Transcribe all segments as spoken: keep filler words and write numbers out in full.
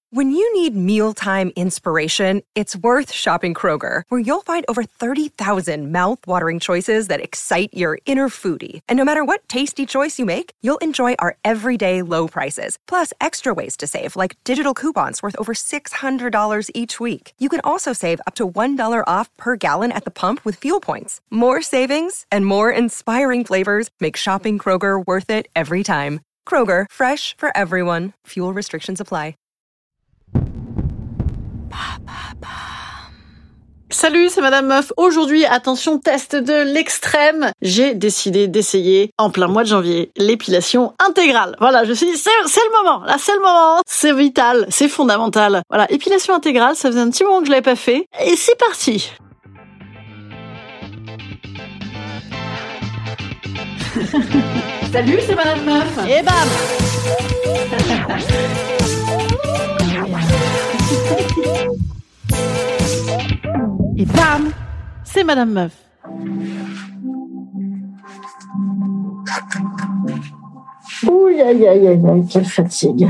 When you need mealtime inspiration, it's worth shopping Kroger, where you'll find over thirty thousand mouth-watering choices that excite your inner foodie. And no matter what tasty choice you make, you'll enjoy our everyday low prices, plus extra ways to save, like digital coupons worth over six hundred dollars each week. You can also save up to one dollar off per gallon at the pump with fuel points. More savings and more inspiring flavors make shopping Kroger worth it every time. Kroger, fresh for everyone. Fuel restrictions apply. Salut, c'est Madame Meuf. Aujourd'hui, attention, test de l'extrême. J'ai décidé d'essayer, en plein mois de janvier, l'épilation intégrale. Voilà, je me suis dit, c'est, c'est le moment. Là, c'est le moment. C'est vital, c'est fondamental. Voilà, épilation intégrale, ça faisait un petit moment que je l'avais pas fait. Et c'est parti. Salut, c'est Madame Meuf. Et bam. Et bam, c'est Madame Meuf. Ouh, aïe, aïe, aïe, aïe, quelle fatigue.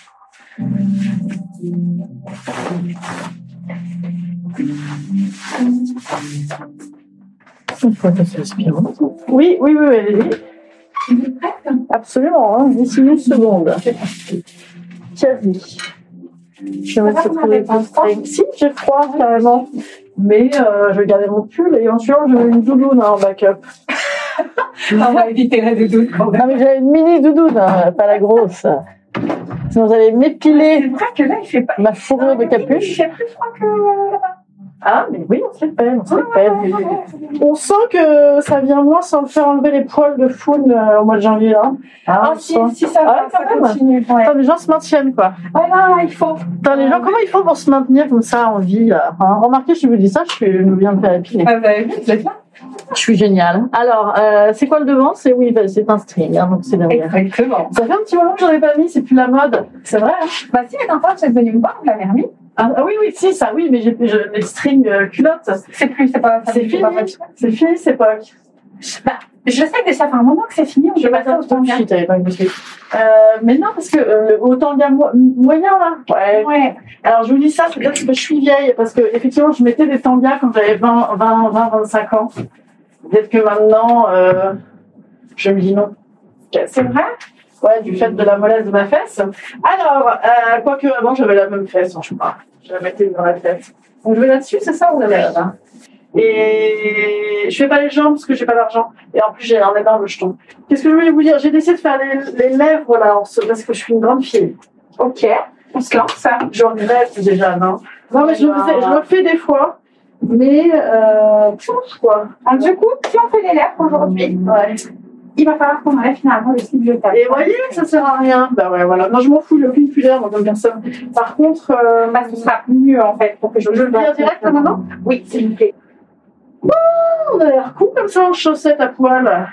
Il faut que ça aspire. Oui, oui, oui, allez-y. Absolument, hein, d'ici une seconde. Quasi. Je vais me retrouver plus string. Si, j'ai froid, carrément. Mais euh, je vais garder mon pull et éventuellement je vais une doudoune hein, en backup. On va éviter la doudoune. Non mais j'avais une mini doudoune, hein, pas la grosse. Sinon vous allez m'épiler. C'est vrai que là il fait pas. Ma fourrure de capuche. Il fait plus froid que là-bas. Ah mais oui, on se les pèle, on se les pèle. On sent que ça vient moins sans me faire enlever les poils de faune euh, au mois de janvier là. Ah, ah si, si ça, ah, ça continue. Ouais. Attends, les gens se maintiennent quoi. Voilà, il faut. Attends, les gens, comment ils font pour se maintenir comme ça en vie là hein, remarquez, je vous dis ça, je, suis, je viens de faire épiler. Ah, vous avez vu, vous êtes là. Je suis géniale. Alors, euh, c'est quoi le devant? C'est oui, bah, c'est un string, hein, donc c'est derrière. Exactement. Ça fait un petit moment que j'en ai pas mis, c'est plus la mode. C'est vrai. Hein bah si, mais d'enfant, vous êtes venu me voir, vous l'avez remis. Ah, ah oui, oui, si, ça, oui, mais j'ai je, les strings euh, culottes. C'est plus, c'est pas. C'est fini. C'est fini, c'est pas. Bah, je sais que ça fait un moment que c'est fini. Je vais mettre un peu de shit avec un biscuit. Euh, mais non, parce que euh, au tanga mo- moyen, là. Ouais. Ouais. Alors, je vous dis ça, c'est peut-être que je suis vieille, parce que, effectivement, je mettais des tangas quand j'avais vingt, vingt, vingt, vingt-cinq ans. Peut-être que maintenant, euh, je me dis non. C'est vrai? Ouais, du fait de la mollesse de ma fesse. Alors, euh, quoique avant, j'avais la même fesse, je crois. Je la mettais dans la tête. Donc, je vais là-dessus, c'est ça ou là-bas? Et je fais pas les jambes parce que j'ai pas d'argent. Et en plus, j'ai un énorme jeton. Qu'est-ce que je voulais vous dire? J'ai décidé de faire les, les lèvres, là, parce que je suis une grande fille. Ok. On se lance, ça. J'en rêve déjà, non? Non, mais je le faisais, je le fais des fois. Mais, euh, pouf, quoi. Alors, du coup, si on fait les lèvres aujourd'hui, ouais. Il va falloir qu'on enlève finalement le slip jetable. Et voyez, ça sert à rien. Bah ouais, voilà. Non, je m'en fous, j'ai aucune pudeur, moi, comme personne. Par contre, euh, bah, ce sera mieux, en fait, pour que je, je le dis en direct, là, maintenant? Oui, s'il vous plaît. Oh, on a l'air cool comme ça en chaussettes à poil.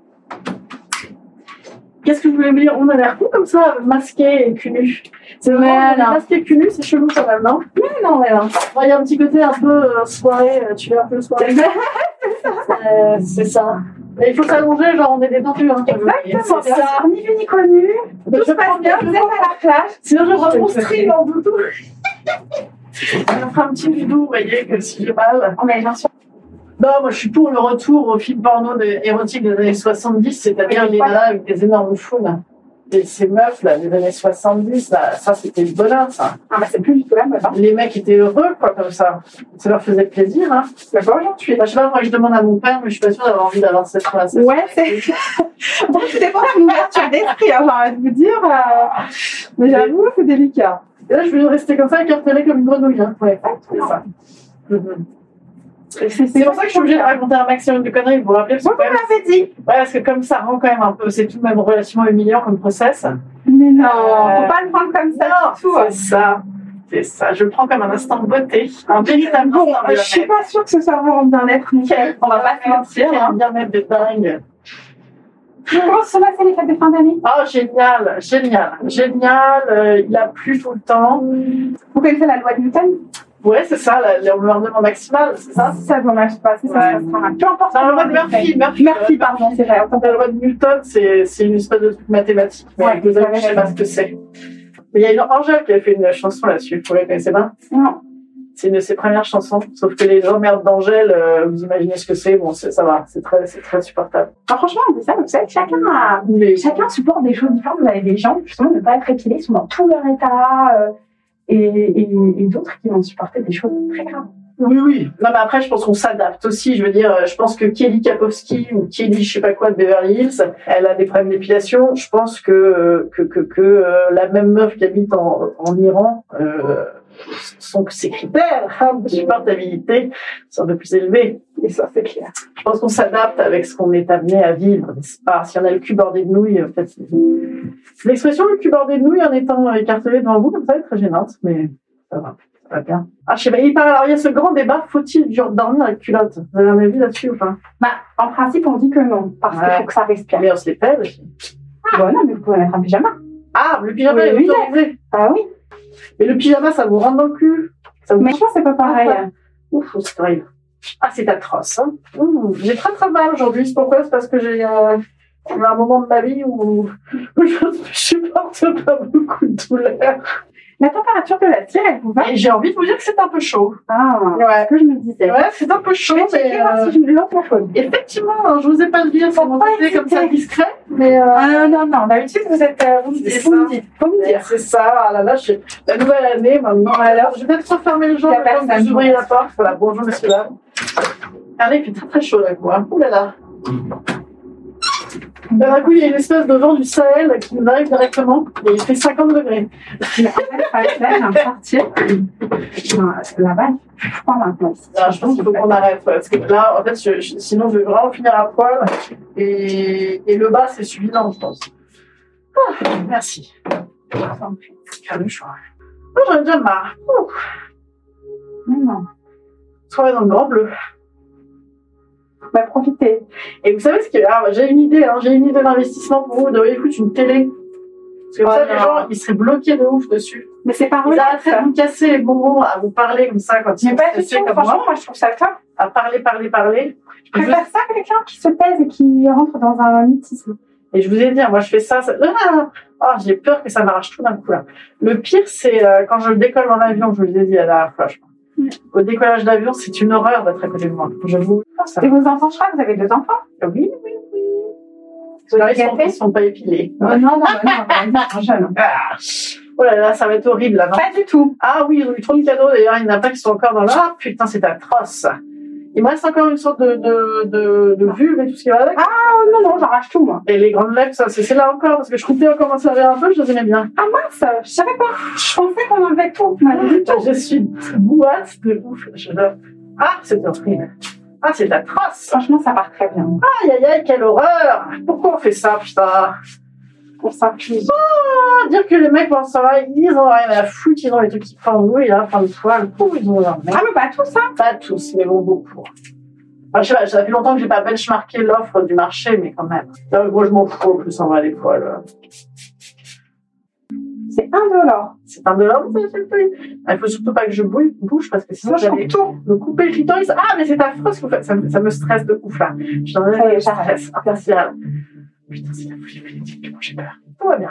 Qu'est-ce que je voulais vous dire? On a l'air cool comme ça, masqué et cul nu. C'est vrai, masqué et cul nu, c'est chelou quand même, non? Oui, non, mais non. Il y a un petit côté un peu euh, soirée, tu veux un peu soirée. euh, c'est ça. Et il faut s'allonger, genre on est détendu. Hein, exactement, c'est ça. Ni vu ni connu. Tout se passe bien, vous êtes à la plage. Sinon, je prends mon string en doudou. Je me ferai un petit doudou, vous voyez, que si j'ai mal. Oh, mais bien sûr. Non, moi je suis pour le retour au film porno de, érotique des années soixante-dix, c'est-à-dire les nanas avec des énormes foules. Et ces meufs là, des années soixante-dix, là, ça c'était le bonheur, ça. Ah bah c'est plus du tout la mode. Hein. Les mecs étaient heureux, quoi, comme ça. Ça leur faisait plaisir, hein. C'est pas aujourd'hui. Bah, je sais pas, moi je demande à mon père, mais je suis pas sûre d'avoir envie d'avoir cette relation. Ouais, c'est. Bon, c'est pas une ouverture d'esprit, hein, j'ai envie de vous dire. Euh... Mais j'avoue, c'est délicat. Et là, je vais rester comme ça, écartelée comme une grenouille, hein. Ouais, c'est ça. Mm-hmm. C'est, c'est, c'est pour ça que je suis obligée de raconter un maximum de conneries, vous vous rappelez? Vous m'avez dit. Ouais, parce que comme ça rend quand même un peu, c'est tout de même relativement humiliant comme process. Mais non, euh, faut pas le prendre comme ça non, du tout. C'est ça, c'est ça. Je le prends comme un instant de beauté, un véritable bon, instant. Je suis pas sûre que ce soit vraiment bien-être nickel. On va pas se mentir. Quel bien-être de dingue. Comment se passer les fêtes de fin d'année? Oh, génial, génial, génial. Euh, il a plu tout le temps. Vous connaissez la loi de Newton? Ouais, c'est ça, le bombardement maximal, c'est ça? Ça ne marche pas, c'est ça, ouais. Ça sera mal. Peu importe. C'est la loi de Murphy, Murphy. Murphy, pardon, c'est vrai. La loi de Newton, c'est, c'est une espèce de truc mathématique. Mais ouais, vous avez, je sais pas ce que c'est. Il y a une Angèle qui a fait une chanson là-dessus, vous la connaissez pas? Non. C'est une de ses premières chansons, sauf que les emmerdes d'Angèle, euh, vous imaginez ce que c'est, bon, c'est, ça va, c'est très, c'est très supportable. Alors, franchement, on dit ça, mais vous savez que chacun a, Mais... chacun supporte des choses différentes. Vous avez des gens, justement, ne pas être épilés, ils sont dans tout leur état, euh, et, et, et d'autres qui vont supporter des choses très graves. Oui, oui. Non, mais après, je pense qu'on s'adapte aussi. Je veux dire, je pense que Kelly Kapowski ou Kelly, je sais pas quoi, de Beverly Hills, elle a des problèmes d'épilation. Je pense que, que, que, que euh, la même meuf qui habite en, en Iran, euh, sont que ses critères hein, de supportabilité sont un peu plus élevés. Et ça, c'est clair. Je pense qu'on s'adapte avec ce qu'on est amené à vivre, n'est-ce pas? Si on a le cul bordé de nouilles, peut-être. L'expression le cul bordé de nouilles en étant écartelé devant vous, comme ça, est très gênante, mais ça va. Ça va bien. Ah, je sais pas, il parle, alors il y a ce grand débat, faut-il dormir avec culotte? Vous avez un avis là-dessus ou pas? Bah, en principe, on dit que non, parce ouais. qu'il faut que ça respire. Mais on se les pèle aussi. Ah, bah non, mais vous pouvez mettre un pyjama. Ah, le pyjama oui, est oui, autorisé. Ah oui. Mais le pyjama, ça vous rentre dans le cul? Ça vous... Mais je pense que c'est pas pareil. Ah, ouf, c'est horrible. Ah, c'est atroce, hein. Mmh, j'ai très très mal aujourd'hui. C'est pourquoi? C'est parce que j'ai euh, un moment de ma vie où, où je ne supporte pas beaucoup de douleur. La température de la tire, elle vous va? Et j'ai envie de vous dire que c'est un peu chaud. Ah, ouais. C'est ce que je me disais. Ouais, c'est un peu chaud. Je vais checker voir euh... si je me l'autre chaude. Effectivement, je vous ai pas dit, c'est mon côté comme ça discret, mais. Euh... Ah non, non, d'habitude vous êtes. Euh, vous, c'est vous me dites. Vous me dites. C'est ça, ah là là, je... la nouvelle année maintenant. Alors, je vais peut-être refermer le jour avant que vous ouvriez la porte. Voilà, bonjour monsieur là. Allez, il fait très très chaud là, quoi. Ouh là là. D'un coup, il y a une espèce de vent du Sahel qui nous arrive directement et il fait cinquante degrés. Mais en fait, il fallait faire sortir. Là-bas, il fait froid maintenant. Ah, je pense qu'il faut qu'on arrête. Ouais, parce que là, en fait, je, je, sinon, je vais vraiment finir à poil. Et, et le bas, c'est suffisant, je pense. Ah, merci. Calme, je crois. Oh, j'en ai déjà marre. Ouh. Mais non. Soirée dans le grand bleu. Bah, profitez. Et vous savez ce que, ah, j'ai une idée, hein, j'ai une idée d'investissement pour vous. Vous devriez foutre une télé. Parce que comme oh, ça, non. Les gens, ils seraient bloqués de ouf dessus. Mais c'est pas vrai. Ils arrêteraient de vous casser les bonbons à vous parler comme ça quand ils sont stressés comme moi. Moi, je trouve ça top. À parler, parler, parler. Je préfère je... ça que quelqu'un qui se taise et qui rentre dans un mutisme. Et je vous ai dit, moi, je fais ça. ça... Ah, oh, j'ai peur que ça m'arrache tout d'un coup, là. Le pire, c'est euh, quand je décolle en avion, je vous l'ai dit la dernière fois, je crois. Mm. Au décollage d'avion, c'est une horreur d'être à côté de moi. Je vous... oh, et vos enfants, je crois que vous avez deux enfants? Oui, oui, oui. Là, ils sont, ils sont pas épilés. Oh, non, non, non, non, non, jeune. Ah. Oh là là, ça va être horrible, là, non? Pas du tout. Ah oui, ils ont eu trop de cadeaux, d'ailleurs, il y en a pas qui sont encore dans le... Ah, putain, c'est atroce. Il me reste encore une sorte de, de, de, de vulve et tout ce qui va avec. Ah, non, non, j'arrache tout, moi. Et les grandes lèvres, ça, c'est, c'est là encore, parce que je comptais encore m'en servir un peu, je les aimais bien. Ah mince, je savais pas. Je pensais qu'on enlevait tout. tout. Je suis boîte de ouf. Je... Ah, c'est horrible. Ah, c'est atroce. Franchement, ça part très bien. Aïe, aïe, aïe, quelle horreur. Pourquoi on fait ça, putain? On s'inflige. Oh, dire que les mecs pensent ça là, ils ont rien à foutre, ils ont les trucs qui pendouillent, là, fin de toile, ils ont leur mec. Ah, mais pas tous, hein? Pas tous, mais bon, beaucoup. Enfin, je sais pas, ça fait longtemps que j'ai pas benchmarké l'offre du marché, mais quand même. Donc, moi, je m'en fous, en plus, en vrai, les poils. C'est un dollar. C'est un dollar, vous savez, c'est le prix. Il faut surtout pas que je bouille, bouge, parce que sinon, j'allais me couper le clitoris. Ah, mais c'est affreux ce que vous faites. Ça me, ça me stresse de ouf, là. Je t'en ai un stress intersidéral. Putain, c'est la folie politique, moi, j'ai peur. Tout va bien.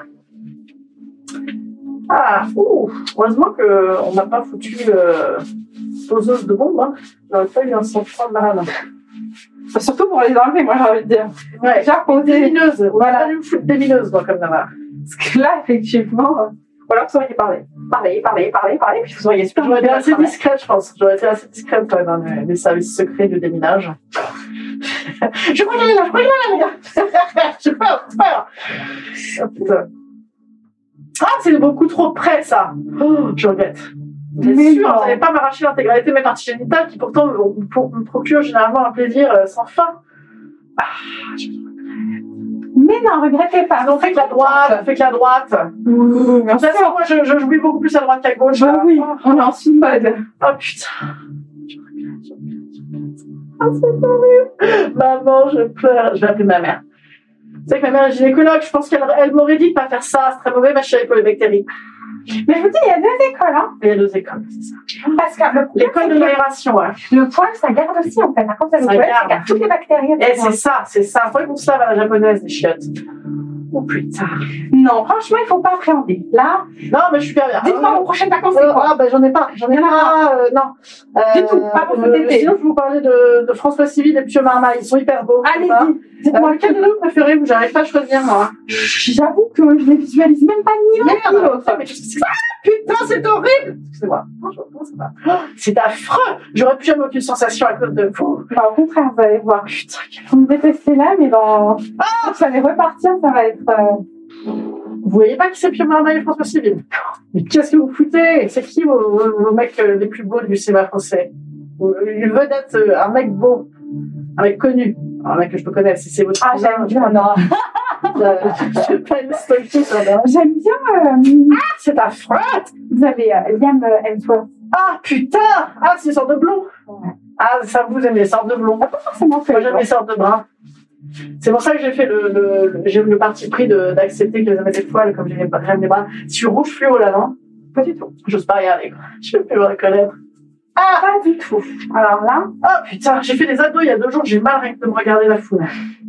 Ah, ouh, heureusement qu'on n'a pas foutu le poseuse de bombe, hein. J'aurais pas eu un sang-froid de malade. Surtout pour les enlever, moi, j'ai envie de dire. Ouais, déjà posé. Des mineuses. Voilà, une foutre des mineuses, moi, comme là-bas. Parce que là, effectivement, euh... ou alors vous auriez parlé. Parlé, parlé, parlé, parlé, puis vous auriez super. J'aurais été assez discrète, je pense. J'aurais été assez discrète ouais, dans les, les services secrets du déminage. Je crois qu'il est là, je crois qu'il est là, les gars. J'ai peur, j'ai peur. Oh putain. Ah, c'est beaucoup trop près, ça. Oh, je regrette. Bien sûr, non. Vous n'allez pas m'arracher l'intégralité de mes parties génitales qui pourtant me, pour, me procurent généralement un plaisir euh, sans fin. Ah, je regrette. Mais non, regrettez pas. On fait que la droite, on fait que la droite. Ouh, bien sûr. Moi, je, je jouis beaucoup plus à droite qu'à gauche. Bah oui, on est en sous-mode. Oh putain. Je regrette, je regrette, je regrette. Ah, c'est horrible. Maman, je pleure. Je vais appeler ma mère. Vous savez que ma mère est gynécologue, je pense qu'elle elle m'aurait dit de pas faire ça, c'est très mauvais, ma chérie, pour les bactéries. Mais je vous dis, il y a deux écoles, hein. Il y a deux écoles, c'est ça. Parce que le l'école de l'aération, ouais. Le poil, ça garde aussi, en fait. Quand vous avez le poil, ça garde toutes les bactéries. Et c'est ça, c'est ça. Faut qu'on se lave à la japonaise, les chiottes. Oh putain. Non, franchement, il faut pas appréhender. Là, Non, mais je suis bien bien. dites-moi Ah, vos prochaines vacances, c'est euh, quoi? ah, ben j'en ai pas. J'en ai Il y en a pas. Euh, non. Euh, Du tout, pas pour cet euh, été. Sinon, je vais vous parler de, de François Civil et Monsieur Marmaille. Ils sont hyper beaux. Allez-y, Euh, dites-moi lequel de vous préférez? Vous j'arrive pas à choisir, moi. J'avoue que je les visualise même pas ni l'un ni Merde. l'autre. Mais qu'est-ce que c'est que ça? Putain, c'est horrible. Excusez-moi. Bonjour, comment ça va? Oh, c'est affreux. J'aurais plus jamais aucune sensation à cause de vous. Bah, au contraire, vous allez voir. Putain, vous me détestez là, mais dans... Ah, vous allez repartir, ça va être... Euh... Vous voyez pas qui c'est Pierre Marmaille et François Civil? Mais qu'est-ce que vous foutez? C'est qui vos, vos, vos mecs euh, les plus beaux du cinéma français? Une vedette, euh, un mec beau, un mec connu, un mec que je peux connaître. Si c'est votre Ah, cousin, j'aime je bien, non. je suis pas une stalkeuse, hein. J'aime bien... Euh... Ah, c'est affreux! Vous avez euh, Liam euh, Hemsworth. Ah, putain! Ah, c'est une sorte de blond. Ouais. Ah, ça vous aimez les sortes de blond. Pas forcément fait. Moi, j'aime les sortes de brun. C'est pour ça que j'ai fait le, le, le- j'ai eu le parti pris de, d'accepter que les hommes étaient poils, comme j'aime j'aime les bras. Sur rouge fluo, là, non? Pas du tout. J'ose pas regarder, quoi. Je peux plus me reconnaître. Ah, pas du tout. Alors là... Oh putain, j'ai fait des abdos il y a deux jours, j'ai mal rien que de me regarder la foule.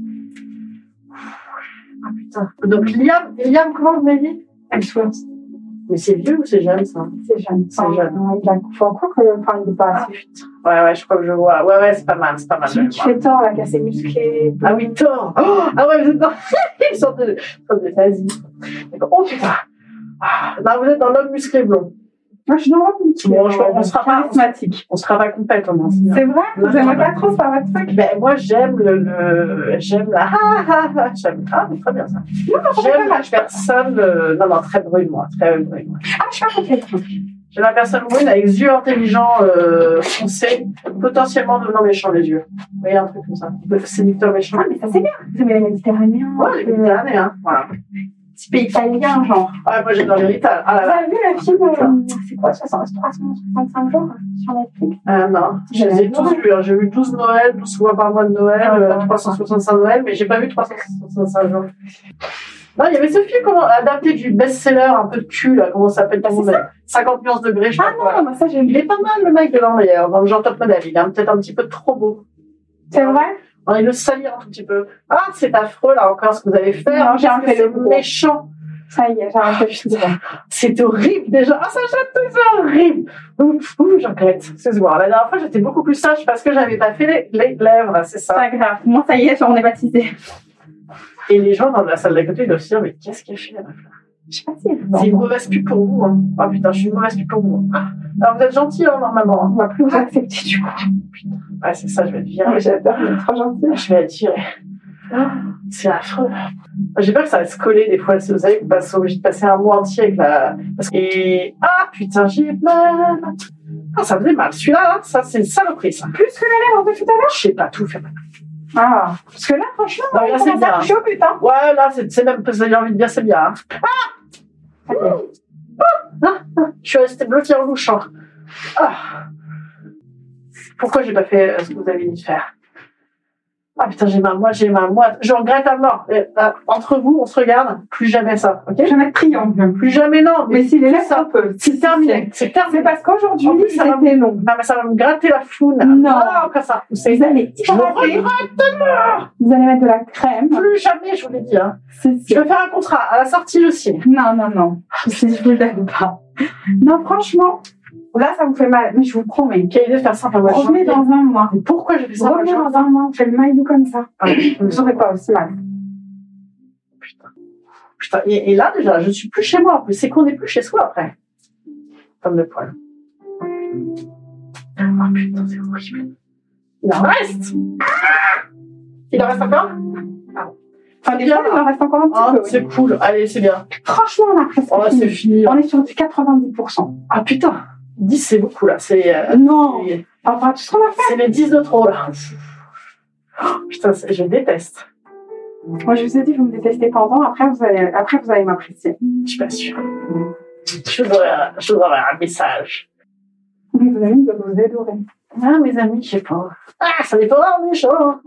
Ah putain. Donc Liam, Liam, comment vous m'avez dit? Hemsworth. Mais c'est vieux ou c'est jeune ça? C'est jeune. C'est Enfin, jeune. ouais, il a... Enfin, quoi que... Enfin, il est pas Ah assez... putain. Ouais, ouais, je crois que je vois. Ouais, ouais, c'est pas mal, c'est pas mal. je Celui vais qui voir. fait tort, là, qui a ses musclés. Ah oui, Thor. Oh, ah ouais, vous êtes dans une sorte de, une sorte de nazi. D'accord. Oh putain. Ah, non, vous êtes dans l'homme musclé blond. Moi, je suis dans la politique. Bon, je- on sera pas- charismatique. On sera pas compète, on en C'est vrai? Non, Vous aimez non, pas non. trop ça, votre truc? Ben, moi, j'aime le, le, j'aime la, ah, ah, ah, j'aime, ah, mais très bien ça. J'aime la personne, euh, non, non, très brune, moi, très brune. moi. Ah, je suis pas complète. J'aime la personne brune avec des yeux intelligents, euh, foncés, potentiellement devenant méchants les yeux. Vous voyez, un truc comme ça. Un peu séducteur méchant. Ah, mais ça, c'est bien. Vous aimez les Méditerranéens. Ouais, les euh, Méditerranéens, hein. Voilà. Petit pays italien, genre. Ah, moi, j'adore l'héritage. Ah Vous là là. avez vu le film, euh, c'est quoi, trois cent soixante-cinq jours sur Netflix? Ah non, je les ai tous vus. Hein. J'ai vu douze Noël, douze fois par mois de Noël, euh, trois cent soixante-cinq Noël, mais j'ai pas vu trois cent soixante-cinq jours. Non, il y avait ce film comment, adapté du best-seller un peu de cul, là, comment ça s'appelle, Ah, tout le c'est monde, cinquante nuances degrés, je sais Ah pas quoi. non, mais ça, j'ai Il vu. est pas mal, le mec, dedans, d'ailleurs, dans le genre top modèle. Il est peut-être un petit peu trop beau. C'est vrai? On va le salir un tout petit peu. Ah, c'est affreux, là, encore, ce que vous allez faire. Non, j'ai Parce un fait que le c'est gros. méchant. Ça y est, j'ai un peu de ça. C'est horrible, déjà. Ah, ça, j'adore, c'est horrible. Ouf, ouf, je regrette. Excuse-moi. La dernière fois, j'étais beaucoup plus sage parce que j'avais pas fait les, les lèvres, c'est ça. Pas grave. Moi, ça y est, on est baptisé. Et les gens dans la salle d'à côté, ils doivent se dire, mais qu'est-ce qu'elle fait, la meuf, là? Je sais pas si. C'est une mauvaise pub pour vous, hein. Ah, putain, je suis une mauvaise pub pour vous. Ah. Alors, vous êtes gentil, hein, normalement. On va plus vous accepter, du coup. Ah, c'est ça, je vais être Ah, mais virée. j'ai peur, il est trop gentil. Je vais être virée. Ah, c'est affreux. J'ai peur que ça va se coller des fois. Vous savez, vous passez obligé de passer un mois entier avec la. Parce que... Et. Ah, putain, j'ai mal. Ah, ça faisait mal. Celui-là, là, ça, c'est une saloperie, ça. Plus que la lèvre de tout à l'heure? Je sais pas, tout fait mal. Ah. Parce que là, franchement, Non, mais là, on c'est commence à bien. toucher au but, hein. Ouais, là, c'est c'est même. J'ai envie de dire, c'est bien. Hein. Ok. Ah, ah, je suis restée bloquée en louchant. Ah. Pourquoi j'ai pas fait euh, ce que vous avez dit de faire? Ah putain, j'ai mal, moi j'ai mal, moi je regrette à mort. Et, euh, entre vous, on se regarde, plus jamais ça, ok? Je vais mettre triangle. Plus jamais non, mais Mais si les lèvres, ça on peut. c'est terminé, c'est C'est terminé. parce qu'aujourd'hui, En plus, ça va c'était long. Non mais ça va me gratter la foune. Non. Ah, quand ça pousse. Vous allez Je me hydrater. regrette tellement. Vous allez mettre de la crème. Plus jamais, je vous l'ai dit. Hein. C'est Je sûr. vais faire un contrat, à la sortie je signe. Non, non, non. Je je vous le donne pas. Non, franchement, là, ça vous fait mal. Mais je vous promets. Quelle idée de faire ça pour moi. Revenez dans un mois. Mais pourquoi j'ai fait ça? Revenez dans un mois. On fait le maillot comme ça. Vous aurez pas aussi mal. Putain. Putain. Et, et là, déjà, je suis plus chez moi. En plus, c'est qu'on n'est plus chez soi après. Comme de poil. Ah putain, c'est horrible. Il en reste. Ah, il en reste encore? Enfin, des fois, il en reste encore un petit Ah, peu. c'est oui. cool. Allez, c'est bien. Franchement, on a presque Oh, fini. c'est fini. On est sur du quatre-vingt-dix pour cent. Ah putain. dix, c'est beaucoup, là. C'est, euh, Non. c'est- Enfin, tout ce qu'on a fait. c'est les dix de trop, là. Oh, putain, c'est- je déteste. Moi, je vous ai dit, vous me détestez pendant. Après, vous allez, après, vous allez m'apprécier. Je suis pas sûre. Je voudrais, je voudrais un message. Mais vous allez me vous adorer. Ah, mes amis, je sais pas. Ah, ça dépend, on est chaud. Ah,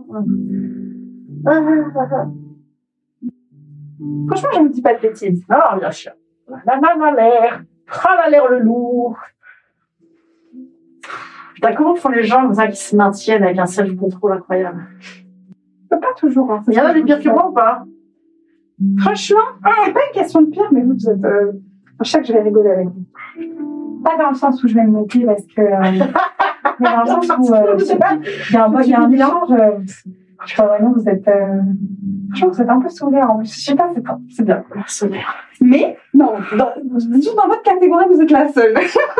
ah, ah. Franchement, je ne vous dis pas de bêtises. Ah, bien sûr. La la la l'air. Ah, la l'air le loup. Putain, comment font les gens comme ça qui se maintiennent avec un self-control incroyable? Pas toujours. Hein. Il y en a des pires que moi ou pas? Franchement, c'est pas une question de pire, mais vous, vous êtes... Euh... Je sais que je vais rigoler avec vous. Pas dans le sens où je vais me moquer, parce que... Euh... mais dans le sens où, euh, je sais pas, il y a un, il y a un mélange... Euh... Je crois vraiment que vous êtes... Euh... Franchement, vous êtes un peu sourire en plus. Je sais pas, c'est pas... C'est bien. Sourire. Mais, non, dans... juste dans votre catégorie, vous êtes la seule.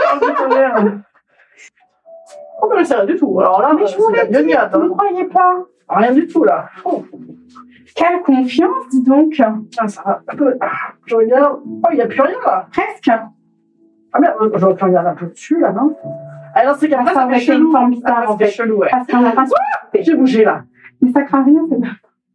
Oh, mais c'est rien du tout. Alors là, mais je vous l'ai dit, gnognotte, vous hein. ne croyez pas. Rien du tout, là. Oh. Quelle confiance, dis donc. Ah, ça va un peu... Ah, je regarde... Oh, il n'y a plus rien, là. Presque. Ah merde, j'aurais pu regarder un peu dessus, là, non? Ah non, c'est comme ça, ça fait chelou. Une bizarre, ah, en fait. chelou, ouais. Parce qu'on n'a pas... J'ai bougé, là. Mais ça craint rien, c'est bien.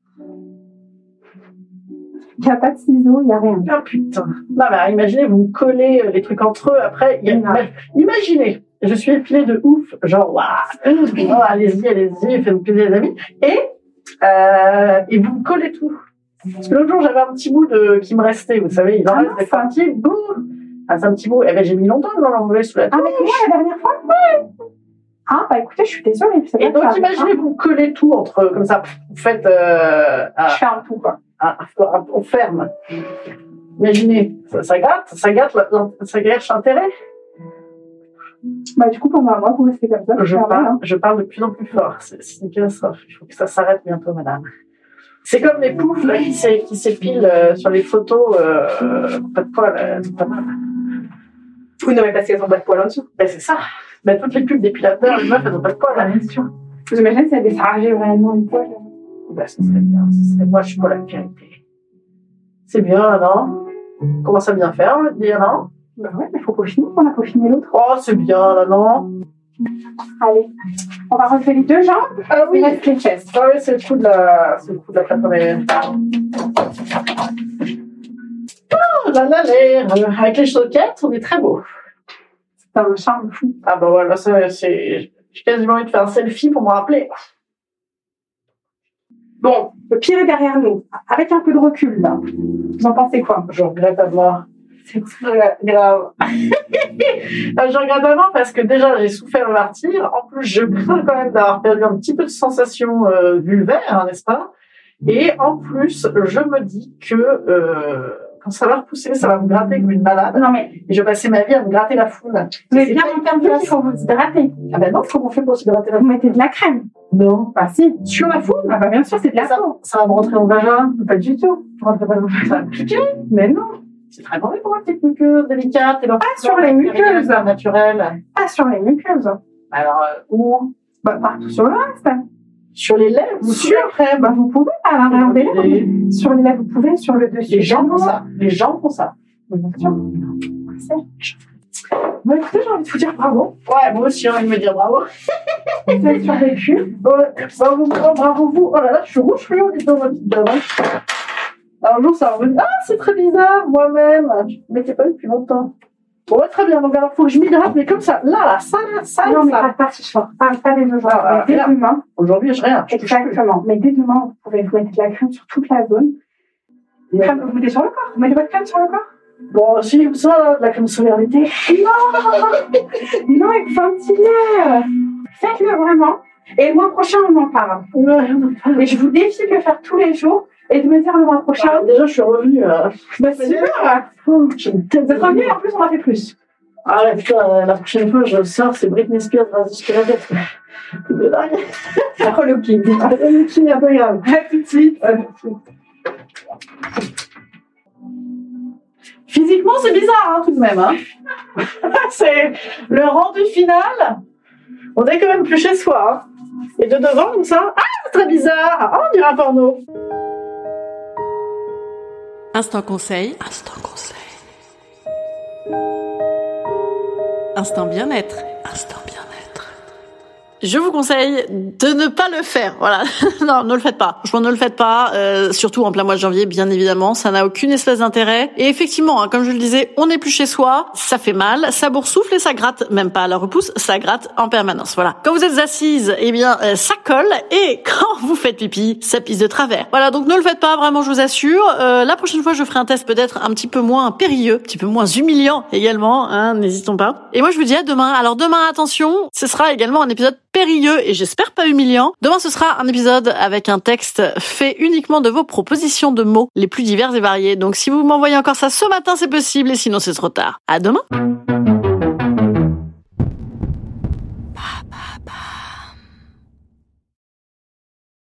Il n'y a pas de ciseaux, il n'y a rien. Ah putain. Non, mais imaginez, vous collez les trucs entre eux, après, y a... imaginez, je suis épilée de ouf, genre, waouh, oh, allez-y, allez-y, faites-vous plaisir, les amis. Et, euh, et vous me collez tout. Parce que l'autre jour, j'avais un petit bout de, qui me restait, vous savez, il en ah reste des petits bouts. Ah, c'est un petit bout. Eh ben, j'ai mis longtemps de l'enlever sous la touche. Avec moi, la dernière fois? Ouais. Ah, bah écoutez, je suis désolée. Et donc, ça, imaginez, hein. Vous collez tout entre, comme ça, vous faites, euh, un, je fais un tout, quoi. Un, un, on ferme. Imaginez, ça, ça gâte, ça gâte, ça gâche l'intérêt. Bah, du coup, pendant un mois, vous restez comme ça. Je parle, hein. je parle de plus en plus fort. C'est, c'est une catastrophe. Il faut que ça s'arrête bientôt, madame. C'est comme les poufs, là, qui, s'é, qui s'épilent euh, sur les photos, euh, pas de poils, euh, c'est pas mal. Oui, non, mais parce qu'elles ont pas de poils en dessous. Ben, c'est ça. Ben, toutes les pubs d'épilateurs, les meufs, elles ont pas de poils, là, bien sûr. Vous imaginez si elles déchargeaient réellement les poils? Ben, ce serait bien. Ce serait... Moi, je suis pour la vérité. C'est bien, là, non? On commence à bien faire, on va te dire, non? Ben ouais, mais faut peaufiner, on a peaufiné l'autre. Oh, c'est bien, là, non? Allez, on va relever les deux jambes. Ah oui, mettre les chest. Ah oui, c'est le coup de la, c'est le coup de la plateforme. Oh là là, les... avec les choquettes, on est très beau. C'est un charme fou. Ah bah voilà, ça, c'est, j'ai quasiment envie de faire un selfie pour me rappeler. Bon, le pire est derrière nous. Avec un peu de recul, là. Vous en pensez quoi? Je regrette à mort. C'est grave. Je regrette à mort parce que déjà, j'ai souffert le martyre. En plus, je crains quand même d'avoir perdu un petit peu de sensation euh, vulvaire, hein, n'est-ce pas? Et en plus, je me dis que euh, quand ça va repousser, ça va me gratter comme une malade. Non mais, et je vais passer ma vie à me gratter la foule. Vous avez bien entendu qu'il faut vous hydrater. Ah ben non, comment on fait pour s'hydrater la foule? Vous mettez de la crème. Non. Bah si. Sur la foule? Ah bah bien sûr, c'est de la ça, peau. Ça va me rentrer dans le vagin? Pas du tout. Je rentrerai pas dans le vagin. Ça va me piquer? Mais non. C'est très mauvais pour une petite muqueuse délicate. Et pas sur les muqueuses. Naturelles. Pas sur les muqueuses. Alors, euh, où? Bah partout sur le reste. Sur les lèvres ou sur la crème? Bah vous pouvez, à l'intérieur des lèvres. Sur les lèvres, vous pouvez, sur le dessus. Les gens font ça. Les gens font ça. Bien sûr. Merci. Bah écoutez, j'ai envie de vous dire bravo. Ouais, moi aussi, j'ai envie de me dire bravo. Vous avez survécu. Ouais, bravo, oh, bravo vous. Oh là là, je suis rouge fluo, dis donc, ma petite dame. Un jour, ça va revenir. Ah, c'est très bizarre, moi-même. Je ne m'étais pas vu depuis longtemps. Bon, ouais, très bien. Donc, alors, il faut que je m'hydrate, mais comme ça. Là, là, ça, ça, non, mais ça. pas, pas ce soir. Pas, pas dès aujourd'hui. Ah, dès là, demain. Aujourd'hui, je rien. Je Exactement. Mais dès demain, vous pouvez vous mettre de la crème sur toute la zone. Yeah. Crème, vous mettez sur le corps. Vous mettez votre crème sur le corps. Bon, si, comme ça, là, de la crème solaire l'été. Non! Non, il faut un petit lait. Faites-le vraiment. Et le mois prochain, on en parle. Ouais, on en parle. Et je vous défie de le faire tous les jours. Et de me dire le mois prochain. Bah, déjà, je suis revenue. Euh... Bah, super! Oh, j'ai une tête de revenu, en plus, on a fait plus. Ah ouais, putain, la prochaine fois, je sors, c'est Britney Spears, vas-y, je te la tête. C'est de dingue. Relooking. Relooking, un peu grave. À tout de suite. Physiquement, c'est bizarre, hein, tout de même. Hein. C'est le rendu final. On est quand même plus chez soi. Hein. Et de devant, comme ça. Ah, c'est très bizarre. Ah, on dirait un porno. Instant conseil. Instant conseil. Instant bien-être. Instant bien-être. Je vous conseille de ne pas le faire. Voilà. Non, ne le faites pas. Franchement, ne le faites pas. Euh, surtout en plein mois de janvier, bien évidemment. Ça n'a aucune espèce d'intérêt. Et effectivement, hein, comme je le disais, on n'est plus chez soi. Ça fait mal. Ça boursoufle et ça gratte. Même pas à la repousse. Ça gratte en permanence. Voilà. Quand vous êtes assise, eh bien, euh, ça colle. Et quand vous faites pipi, ça pisse de travers. Voilà. Donc, ne le faites pas. Vraiment, je vous assure. Euh, la prochaine fois, je ferai un test peut-être un petit peu moins périlleux, un petit peu moins humiliant également. Hein, n'hésitons pas. Et moi, je vous dis à demain. Alors, demain, attention, ce sera également un épisode périlleux. périlleux et j'espère pas humiliant. Demain, ce sera un épisode avec un texte fait uniquement de vos propositions de mots les plus divers et variés. Donc si vous m'envoyez encore ça ce matin, c'est possible et sinon c'est trop tard. À demain!